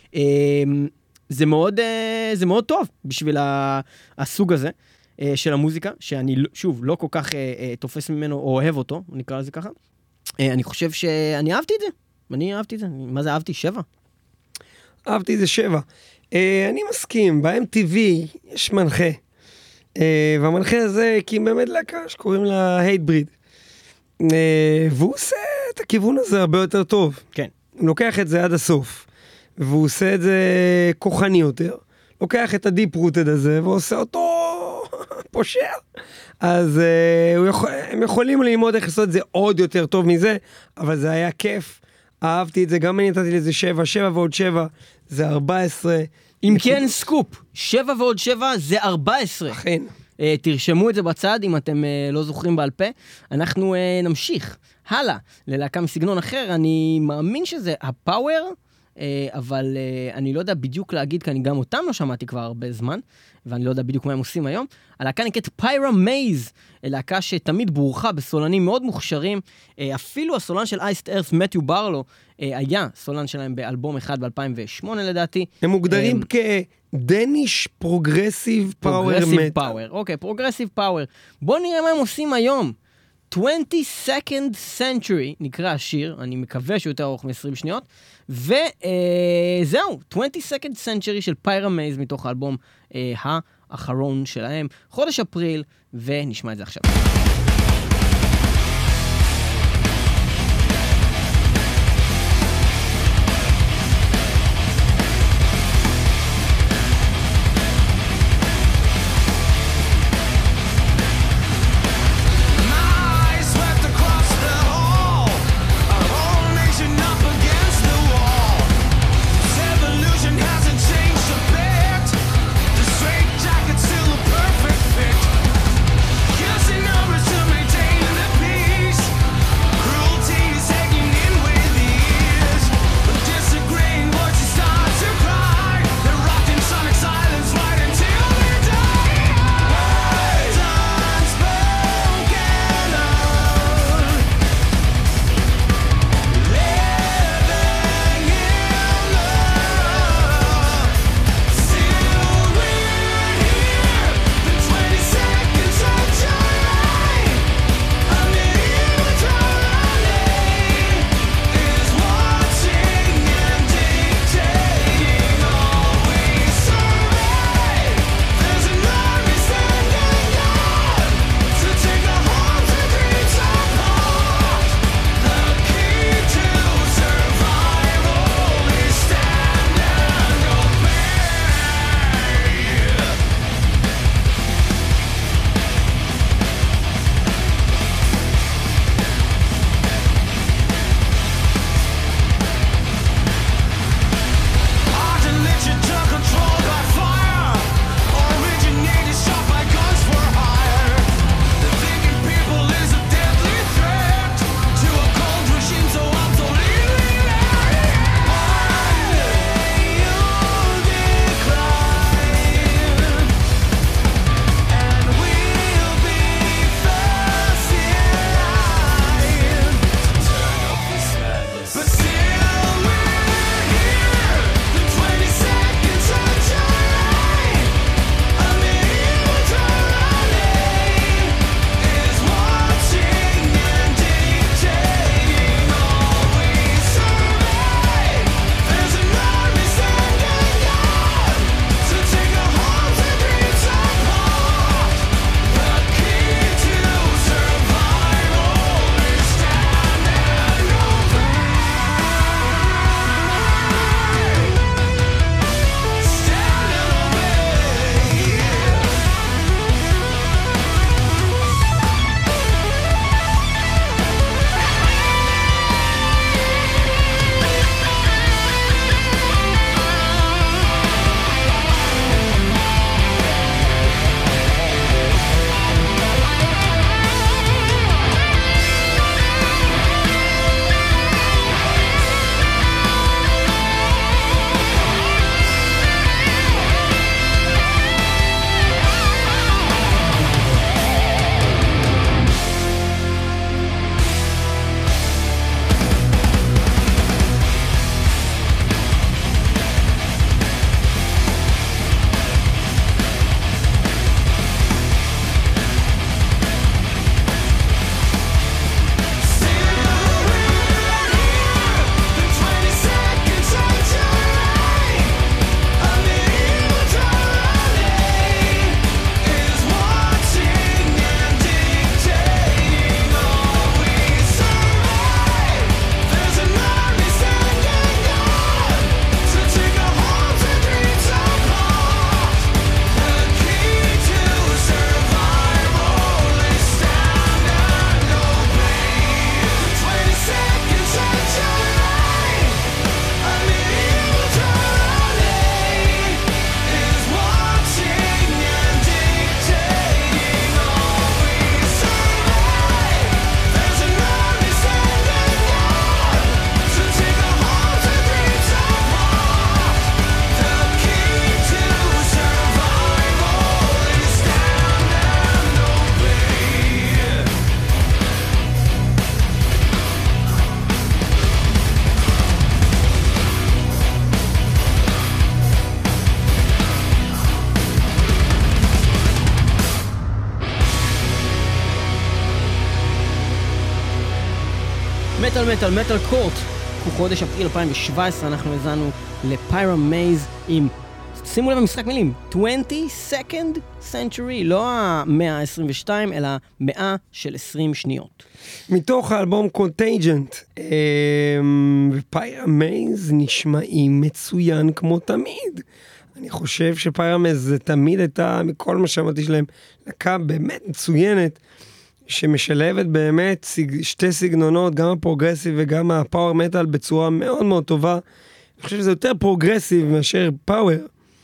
זה מאוד, זה מאוד טוב בשביל הסוג הזה. של המוזיקה, שאני שוב לא כל כך תופס ממנו או אוהב אותו, נקרא לזה ככה. אני חושב שאני אהבתי את זה. אני אהבתי את זה. מה זה אהבתי? שבע. אהבתי את זה שבע. אני מסכים, ב-אם טי וי יש מנחה. והמנחה הזה הקים באמת להקה שקוראים לה הייטבריד. והוא עושה את הכיוון הזה הרבה יותר טוב. כן. הוא לוקח את זה עד הסוף. והוא עושה את זה כוחני יותר. לוקח את הדיפ רוטד הזה ועושה אותו פושע. אז uh, הוא יכול, הם יכולים ללמוד איך לעשות את זה עוד יותר טוב מזה, אבל זה היה כיף. אהבתי את זה, גם אני נתתי לזה שבע, שבע ועוד שבע, זה ארבע עשרה. אם כן, סקופ, שבע ועוד שבע זה ארבע עשרה. אכן. Uh, תרשמו את זה בצד, אם אתם uh, לא זוכרים בעל פה. אנחנו uh, נמשיך הלאה ללהקה מסגנון אחר. אני מאמין שזה הפאוור, Uh, אבל uh, אני לא יודע בדיוק להגיד, כי אני גם אותם לא שמעתי כבר הרבה זמן, ואני לא יודע בדיוק מה הם עושים היום. הלהקה נקראת פיירה מייז, להקה שתמיד ברוכה בסולנים מאוד מוכשרים, uh, אפילו הסולן של אייסט ארת' מתיו ברלו uh, היה סולן שלהם באלבום אחד ב-אלפיים ושמונה לדעתי. הם מוגדרים um, כדניש פרוגרסיב פאוור מטל. פרוגרסיב פאוור, אוקיי, פרוגרסיב פאוור. בואו נראה מה הם עושים היום. twenty-second century נקרא השיר, אני מקווה שהוא יותר ארוך מ-עשרים שניות, וזהו, twenty-second century של פיירה מייז מתוך האלבום האחרון שלהם, חודש אפריל, ונשמע את זה עכשיו. Numbers מטל מטל מטל קורט, חודש אפריל אלפיים שבע עשרה אנחנו הזנו לפיירה מייז עם, שימו לב במשחק מילים, twenty-second century, לא המאה ה-עשרים ושתיים, אלא מאה של עשרים שניות. מתוך האלבום קונטייג'נט, ופיירה מייז נשמעים מצוין כמו תמיד. אני חושב שפיירה מייז זה תמיד הייתה, מכל מה שאמרתי שלהם, לקה באמת מצוינת, שמשלבת באמת שתי סגנונות, גם הפרוגרסיב וגם הפאוור מטל בצורה מאוד מאוד טובה. אני חושב שזה יותר פרוגרסיב מאשר פאוור.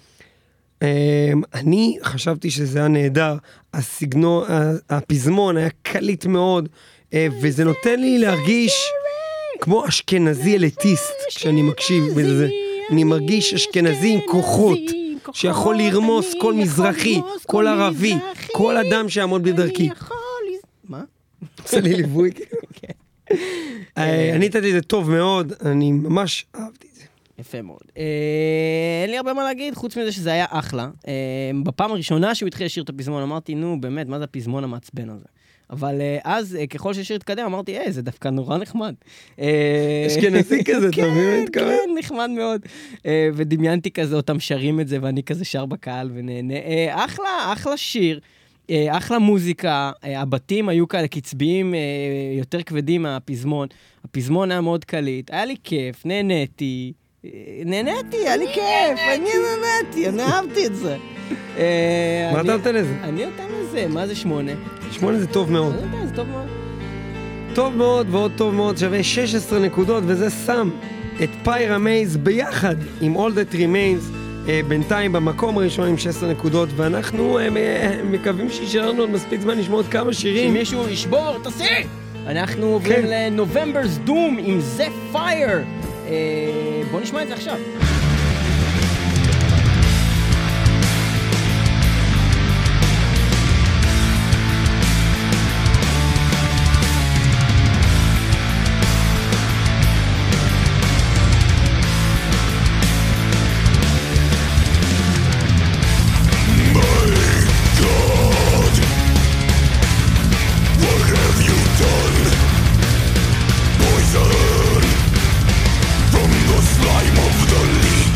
אני חשבתי שזה היה נהדר, הסגנון, הפזמון היה קליט מאוד, וזה נותן לי להרגיש כמו אשכנזי אליטיסט כשאני מקשיב בזה. אני מרגיש אשכנזי עם כוחות, שיכול לרמוס כל מזרחי, כל ערבי, כל אדם שיעמוד בדרכי. מה? עושה לי ליווי. אני נתתי את זה טוב מאוד, אני ממש אהבתי את זה. יפה מאוד. אין לי הרבה מה להגיד, חוץ מזה שזה היה אחלה. בפעם הראשונה שהוא התחיל לשיר את הפזמון, אמרתי, נו, באמת, מה זה הפזמון המעצבן הזה? אבל אז, ככל ששיר התקדם, אמרתי, אה, זה דווקא נורא נחמד. אשכנזי כזה, אתה מבין? כן, כן, נחמד מאוד. ודמיינתי כזה, אותם שרים את זה, ואני כזה שר בקהל ונהנה. אחלה, אחלה שיר. אחלה מוזיקה, הבתים היו כאלה קצביים יותר כבדים מהפזמון, הפזמון היה מאוד קליט, היה לי כיף, נהניתי, נהניתי, היה לי כיף, אני נהניתי, אני אהבתי את זה. מה אתה נותן לזה? אני נותן לזה, מה זה שמונה? שמונה זה טוב מאוד. אני יודע, זה טוב מאוד. טוב מאוד ועוד טוב מאוד, שווה שש עשרה נקודות, וזה שם את פיירה מייז ביחד עם All That Remains, בינתיים במקום הראשון עם שש עשרה נקודות, ואנחנו מקווים שישאר לנו עוד מספיק זמן לשמוע עוד כמה שירים. שמישהו ישבור, תעשי! אנחנו עוברים לנובמברס דום עם זה פייר. בוא נשמע את זה עכשיו. From the slime of the leaf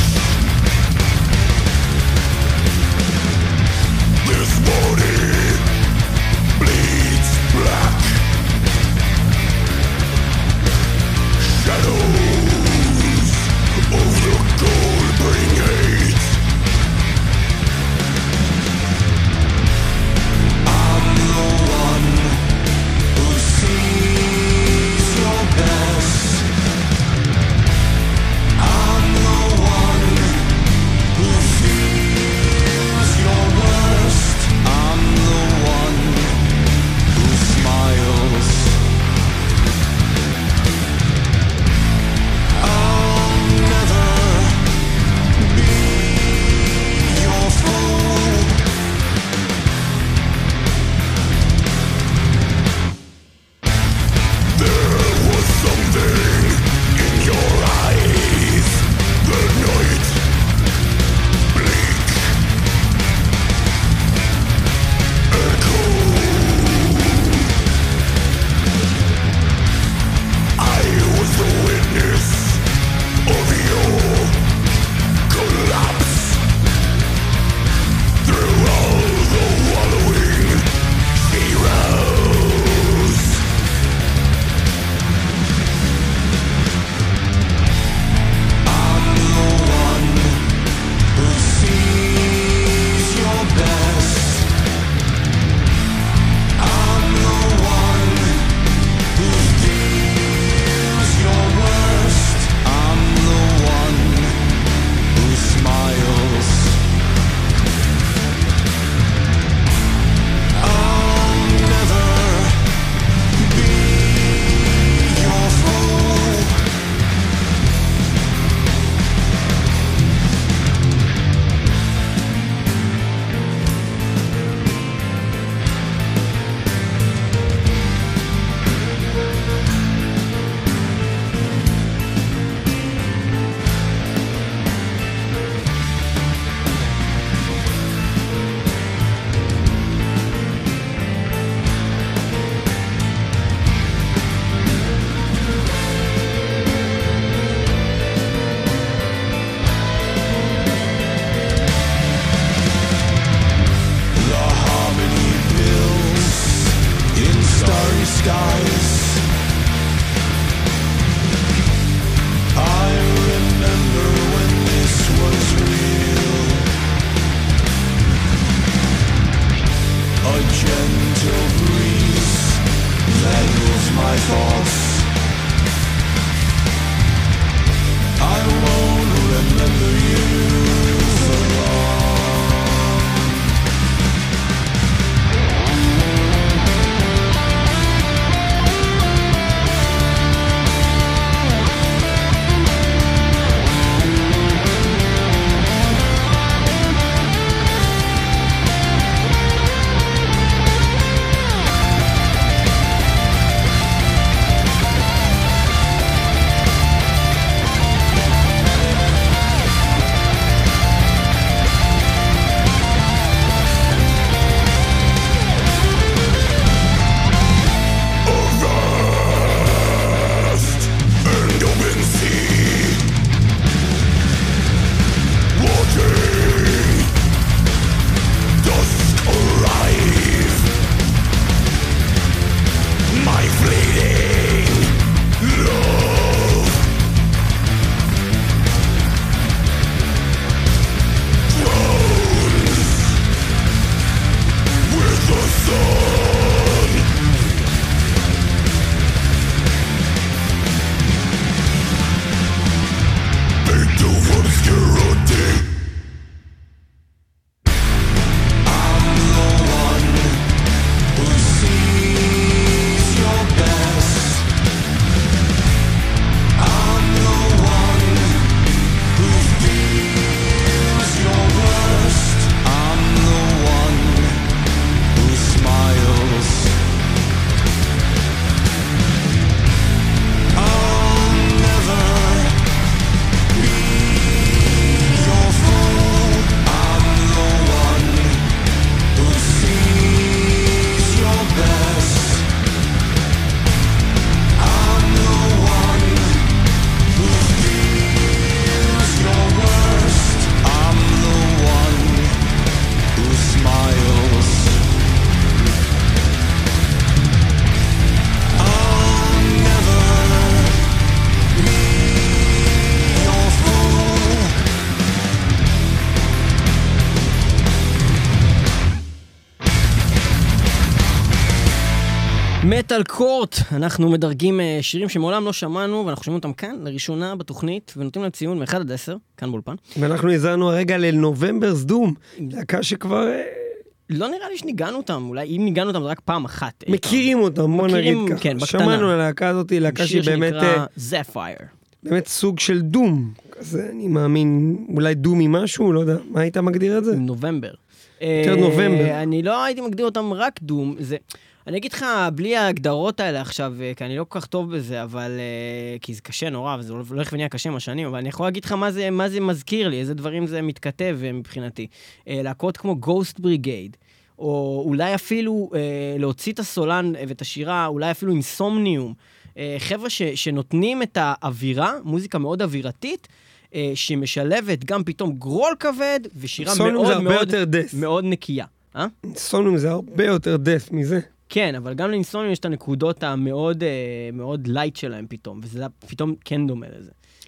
מטל קורט, אנחנו מדרגים שירים שמעולם לא שמענו, ואנחנו שומעים אותם כאן, לראשונה בתוכנית, ונותנים להם ציון מ-אחד עד עשר, כאן באולפן. ואנחנו הזרנו הרגע לנובמברס דום, להקה שכבר... לא נראה לי שניגענו אותם, אולי אם ניגענו אותם זה רק פעם אחת. מכירים אותם, בוא נגיד ככה. כן, בקטנה. שמענו על הלהקה הזאת, להקה שהיא באמת... שיר שנקרא זפייר. באמת סוג של דום. כזה, אני מאמין, אולי דום ממשהו, לא יודע, מה היית מגדיר את זה? נובמבר. יותר נובמבר. אני לא הייתי מגדיר אותם רק דום, זה... אני אגיד לך, בלי ההגדרות האלה עכשיו, כי אני לא כל כך טוב בזה, אבל... כי זה קשה נורא, וזה הולך ונהיה קשה עם השנים, אבל אני יכול להגיד לך מה זה, מה זה מזכיר לי, איזה דברים זה מתכתב מבחינתי. להקות כמו Ghost Brigade, או אולי אפילו להוציא את הסולן ואת השירה, אולי אפילו אינסומניום. חבר'ה ש, שנותנים את האווירה, מוזיקה מאוד אווירתית, שמשלבת גם פתאום גרול כבד, ושירה מאוד מאוד, מאוד נקייה. אינסומניום זה הרבה יותר דף מזה. כן, אבל גם לאינסומניום יש את הנקודות המאוד מאוד לייט שלהם פתאום, וזה פתאום כן דומה לזה.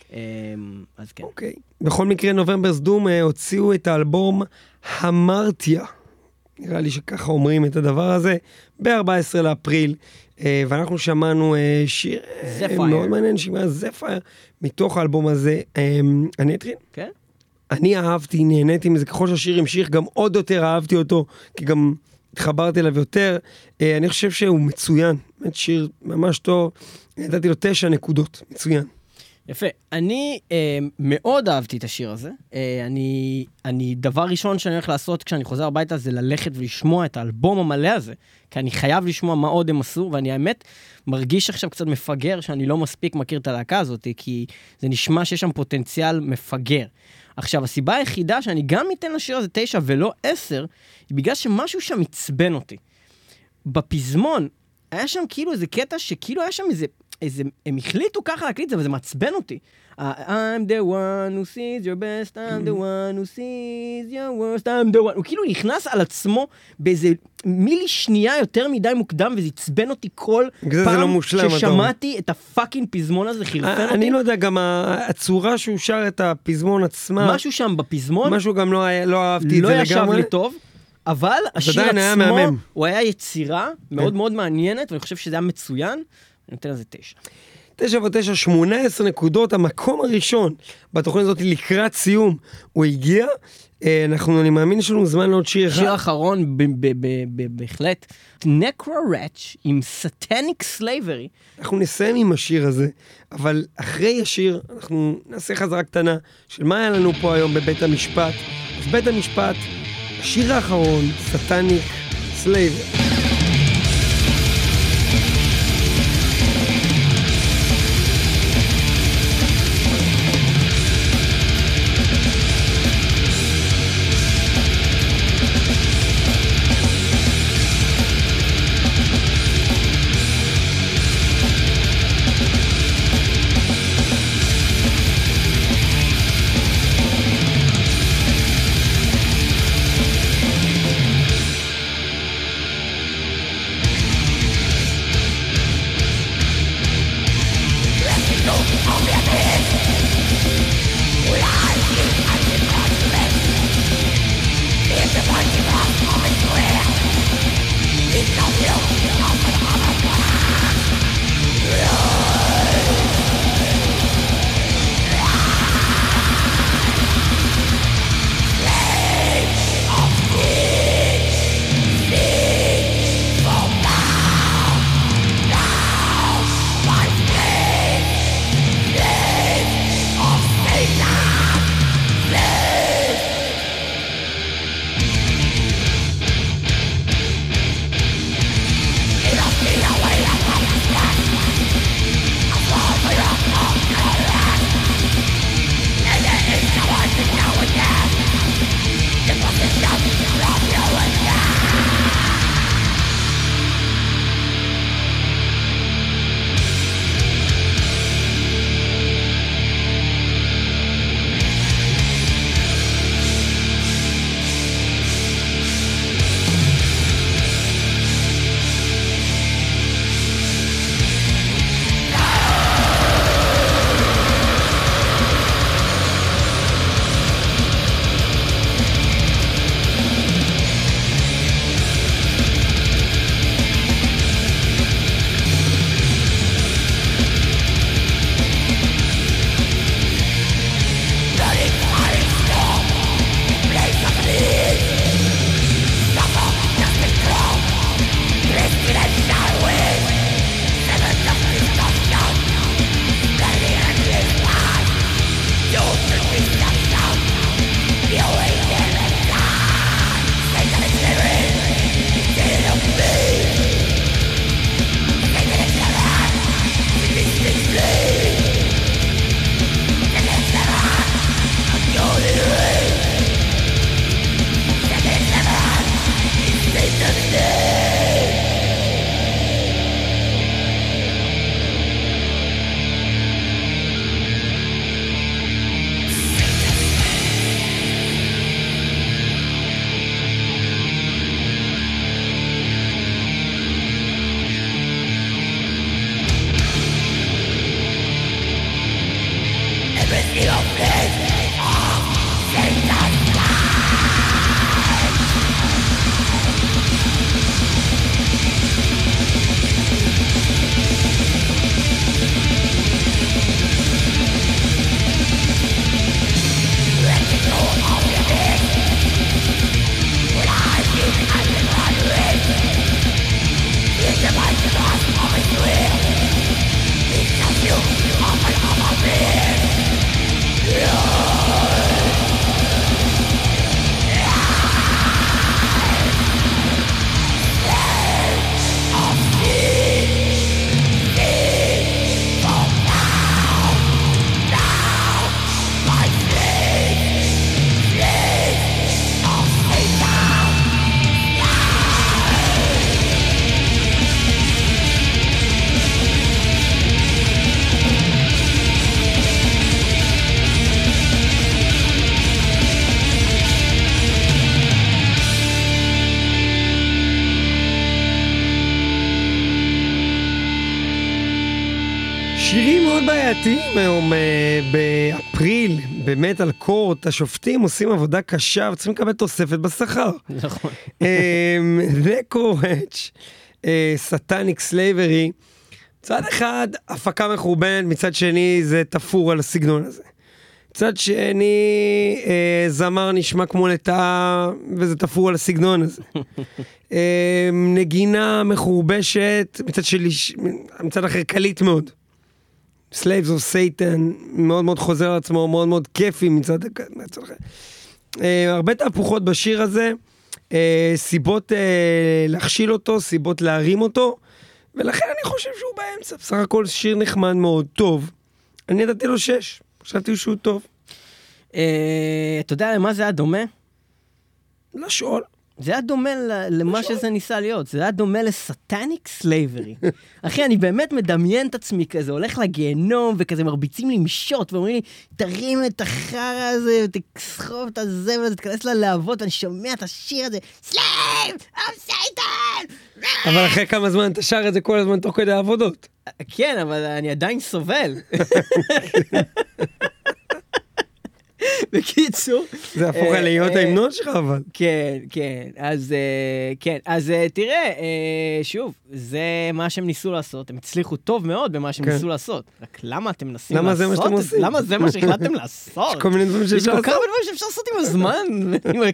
אז כן. אוקיי. בכל מקרה, נובמברס דום הוציאו את האלבום המרתיה. נראה לי שככה אומרים את הדבר הזה, ב-ארבעה עשר לאפריל, ואנחנו שמענו שיר מאוד מעניין, שיר זפייר, מתוך האלבום הזה. אני אתחיל? כן. אני אהבתי, נהניתי מזה, ככל שהשיר המשיך, גם עוד יותר אהבתי אותו, כי גם התחברתי אליו יותר. אני חושב שהוא מצוין, באמת שיר ממש טוב, נתתי לו תשע נקודות, מצוין. יפה. אני אה, מאוד אהבתי את השיר הזה. אה, אני, אני, דבר ראשון שאני הולך לעשות כשאני חוזר הביתה זה ללכת ולשמוע את האלבום המלא הזה, כי אני חייב לשמוע מה עוד הם עשו, ואני האמת מרגיש עכשיו קצת מפגר שאני לא מספיק מכיר את הלהקה הזאת, כי זה נשמע שיש שם פוטנציאל מפגר. עכשיו, הסיבה היחידה שאני גם אתן לשיר הזה תשע ולא עשר, היא בגלל שמשהו שם עצבן אותי. בפזמון, היה שם כאילו איזה קטע שכאילו היה שם איזה... איזה, הם החליטו ככה להקליט זה, וזה מעצבן אותי. Uh, I'm the one who sees your best, I'm the one who sees your worst, I'm the one... הוא כאילו נכנס על עצמו באיזה מילי שנייה יותר מדי מוקדם, וזה עצבן אותי כל פעם לא מושלם, ששמעתי את הפאקינג פזמון הזה, חירפן אותי. אני לא יודע, גם הצורה שהוא שר את הפזמון עצמה... משהו שם בפזמון... משהו גם לא, לא אהבתי את זה לגמרי. לא ישב לי טוב. אבל השיר עצמו, הוא היה יצירה מאוד מאוד מעניינת, ואני חושב שזה היה מצוין. אני נותן לזה תשע. תשע ותשע, שמונה עשרה נקודות, המקום הראשון בתוכנית הזאת לקראת סיום, הוא הגיע. אנחנו, אני מאמין שלנו זמן לעוד שיר אחד. שיר אחרון, בהחלט. נקרו-רץ' עם סטניק סלייברי. אנחנו נסיים עם השיר הזה, אבל אחרי השיר, אנחנו נעשה חזרה קטנה של מה היה לנו פה היום בבית המשפט. אז בית המשפט, השיר האחרון, סטניק סלייברי. בעייתיים היום באפריל, במטל קורט, השופטים עושים עבודה קשה וצריכים לקבל תוספת בשכר. נכון. נקרואץ', סטניק סלייברי, מצד אחד הפקה מחורבנת, מצד שני זה תפור על הסגנון הזה. מצד שני זמר נשמע כמו לטאה וזה תפור על הסגנון הזה. נגינה מחורבשת, מצד שלי, מצד אחר קליט מאוד. Slaves of Satan, מאוד מאוד חוזר על עצמו, מאוד מאוד כיפי מצד אחר. הרבה תהפוכות בשיר הזה, סיבות להכשיל אותו, סיבות להרים אותו, ולכן אני חושב שהוא באמצע. בסך הכל שיר נחמד מאוד, טוב. אני ידעתי לו שש, חשבתי שהוא טוב. אתה יודע למה זה היה דומה? לשאול. זה היה דומה למה שזה ניסה להיות, זה היה דומה לסטניק סלייברי. אחי, אני באמת מדמיין את עצמי כזה, הולך לגיהנום וכזה מרביצים לי משות, ואומרים לי, תרים את החרא הזה, ותסחוב את הזבל הזה, תכנס ללהבות, אני שומע את השיר הזה, סלייב, I'm Satan! אבל אחרי כמה זמן אתה שר את זה כל הזמן תוך כדי העבודות. כן, אבל אני עדיין סובל. בקיצור. זה הפוך על להיות ההמנון שלך, אבל. כן, כן. אז, כן. אז תראה, שוב, זה מה שהם ניסו לעשות. הם הצליחו טוב מאוד במה שהם ניסו לעשות. רק למה אתם מנסים לעשות? למה זה מה שאתם עושים? למה זה מה שהחלטתם לעשות? יש כל מיני דברים שאפשר לעשות. יש כל כמה דברים שאפשר לעשות עם הזמן,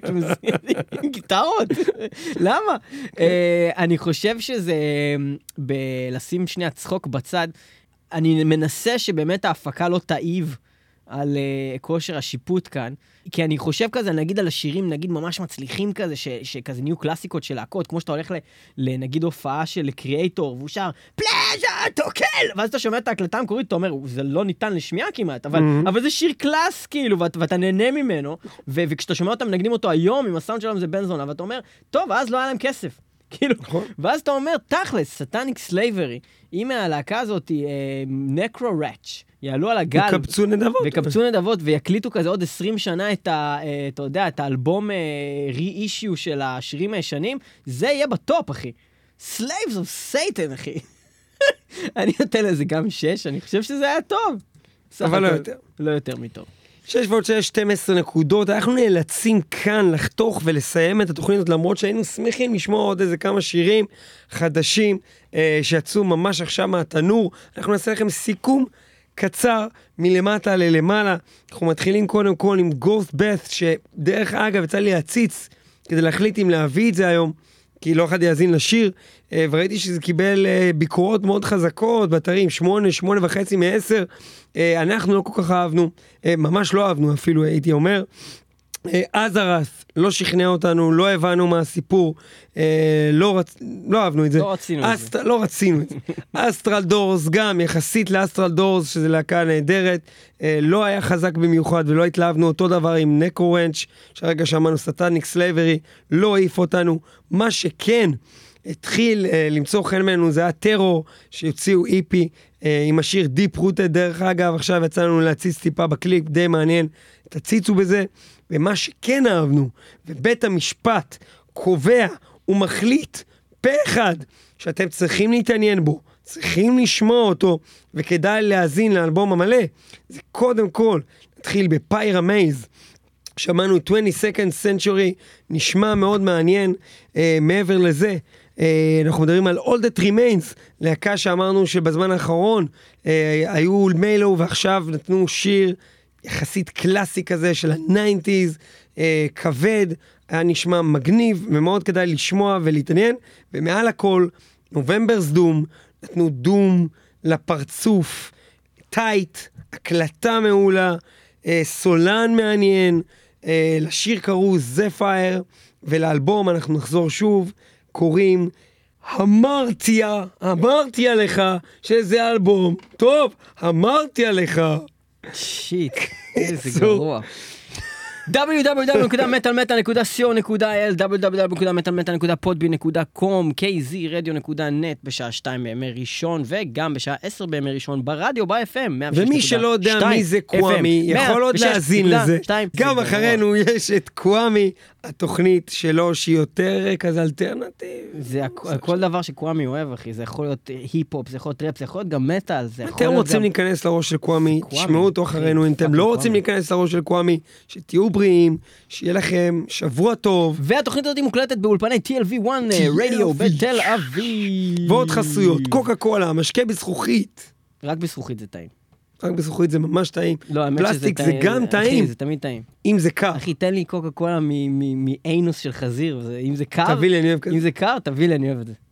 עם גיטרות. למה? אני חושב שזה, לשים שני הצחוק בצד, אני מנסה שבאמת ההפקה לא תאיב על uh, כושר השיפוט כאן, כי אני חושב כזה, נגיד על השירים, נגיד ממש מצליחים כזה, ש, שכזה נהיו קלאסיקות של להקות, כמו שאתה הולך לנגיד הופעה של קריאייטור, והוא שר, פלאז'ה, תוקל! ואז אתה שומע את ההקלטה המקורית, אתה אומר, זה לא ניתן לשמיעה כמעט, אבל, mm-hmm. אבל זה שיר קלאס, כאילו, ואת, ואתה נהנה ממנו, ו, וכשאתה שומע אותם מנגנים אותו היום, עם הסאונד שלהם זה בן זונה, ואתה אומר, טוב, אז לא היה להם כסף. כאילו, ואז אתה אומר, תכלס, סטניק סלייברי, אם מהלהקה הזאת, נקרו-ראץ', יעלו על הגל, וקבצו נדבות, וקבצו נדבות, ויקליטו כזה עוד עשרים שנה את ה, אתה יודע, את האלבום רי-אישיו של השירים הישנים, זה יהיה בטופ, אחי. Slaves of Satan, אחי. אני נותן לזה גם שש, אני חושב שזה היה טוב. אבל לא יותר. לא יותר מטוב. שש ועוד שש, שתים עשרה נקודות, אנחנו נאלצים כאן לחתוך ולסיים את התוכנית הזאת, למרות שהיינו שמחים לשמוע עוד איזה כמה שירים חדשים אה, שיצאו ממש עכשיו מהתנור. אנחנו נעשה לכם סיכום קצר מלמטה ללמעלה. אנחנו מתחילים קודם כל עם Ghost Bath, שדרך אגב יצא לי להציץ כדי להחליט אם להביא את זה היום, כי לא אחד יאזין לשיר, אה, וראיתי שזה קיבל אה, ביקורות מאוד חזקות באתרים, שמונה, שמונה וחצי מעשר, אה, אנחנו לא כל כך אהבנו, אה, ממש לא אהבנו אפילו, הייתי אומר, אזרס לא שכנע אותנו, לא הבנו מה הסיפור, אה, לא, רצ... לא אהבנו את זה. לא רצינו אסט... את זה. לא רצינו את זה. אסטרל דורס גם, יחסית לאסטרל דורס, שזה להקה נהדרת, אה, לא היה חזק במיוחד, ולא התלהבנו. אותו דבר עם נקרואץ', שהרגע שמענו סטניק סלייברי, לא העיף אותנו. מה שכן התחיל אה, למצוא חן ממנו, זה היה טרור, שיוציאו איפי, אה, עם השיר דיפ רוטד, דרך אגב, עכשיו יצא לנו להציץ טיפה בקליפ, די מעניין, תציצו בזה. ומה שכן אהבנו, ובית המשפט קובע ומחליט פה אחד שאתם צריכים להתעניין בו, צריכים לשמוע אותו, וכדאי להאזין לאלבום המלא, זה קודם כל, נתחיל בפיירה מייז, שמענו עשרים second century, נשמע מאוד מעניין, אה, מעבר לזה, אה, אנחנו מדברים על All That Remains, להקה שאמרנו שבזמן האחרון, אה, היו מיילו ועכשיו נתנו שיר, יחסית קלאסי כזה של ה-תשעים, אה, כבד, היה נשמע מגניב, ומאוד כדאי לשמוע ולהתעניין, ומעל הכל, נובמברס דום, נתנו דום לפרצוף, טייט, הקלטה מעולה, אה, סולן מעניין, אה, לשיר קראו זפייר, ולאלבום אנחנו נחזור שוב, קוראים אמרתי, אמרתי עליך שזה אלבום, טוב, אמרתי עליך. שיט, איזה גרוע. דאבליו דאבליו דאבליו נקודה מטל מטל נקודה סי או נקודה איי אל, דאבליו דאבליו דאבליו נקודה מטל מטל נקודה פודבין נקודה קום, קיי זי רדיו נקודה נט בשעה שתיים בימי ראשון, וגם בשעה עשר בימי ראשון ברדיו, ב-אף אם. ומי שלא יודע מי זה קוואמי, יכול עוד להאזין לזה. גם אחרינו יש את קוואמי, התוכנית שלו שהיא יותר כזה אלטרנטיב. זה כל דבר שקוואמי אוהב, אחי. זה יכול להיות היפ-הופ, זה יכול להיות ראפ, זה יכול להיות גם מטל. אתם רוצים להיכנס לראש של קוואמי, תשמעו אותו אחרינו. אם אתם לא רוצים להיכנס לראש של קוואמי, שתהיו בריאים, שיהיה לכם שבוע טוב. והתוכנית הזאת מוקלטת באולפני טי אל וי וואן רדיו בתל אביב. ועוד חסויות, קוקה קולה, משקה בזכוכית. רק בזכוכית זה טעים. רק בזכוכית זה ממש טעים. לא, פלסטיק זה גם טעים. אחי, זה תמיד טעים. אם זה קר. אחי, תן לי קוקה קולה מאינוס של חזיר. אם זה קר, תביא לי, אני אוהב כזה. אם זה קר, תביא לי, אני אוהב את זה.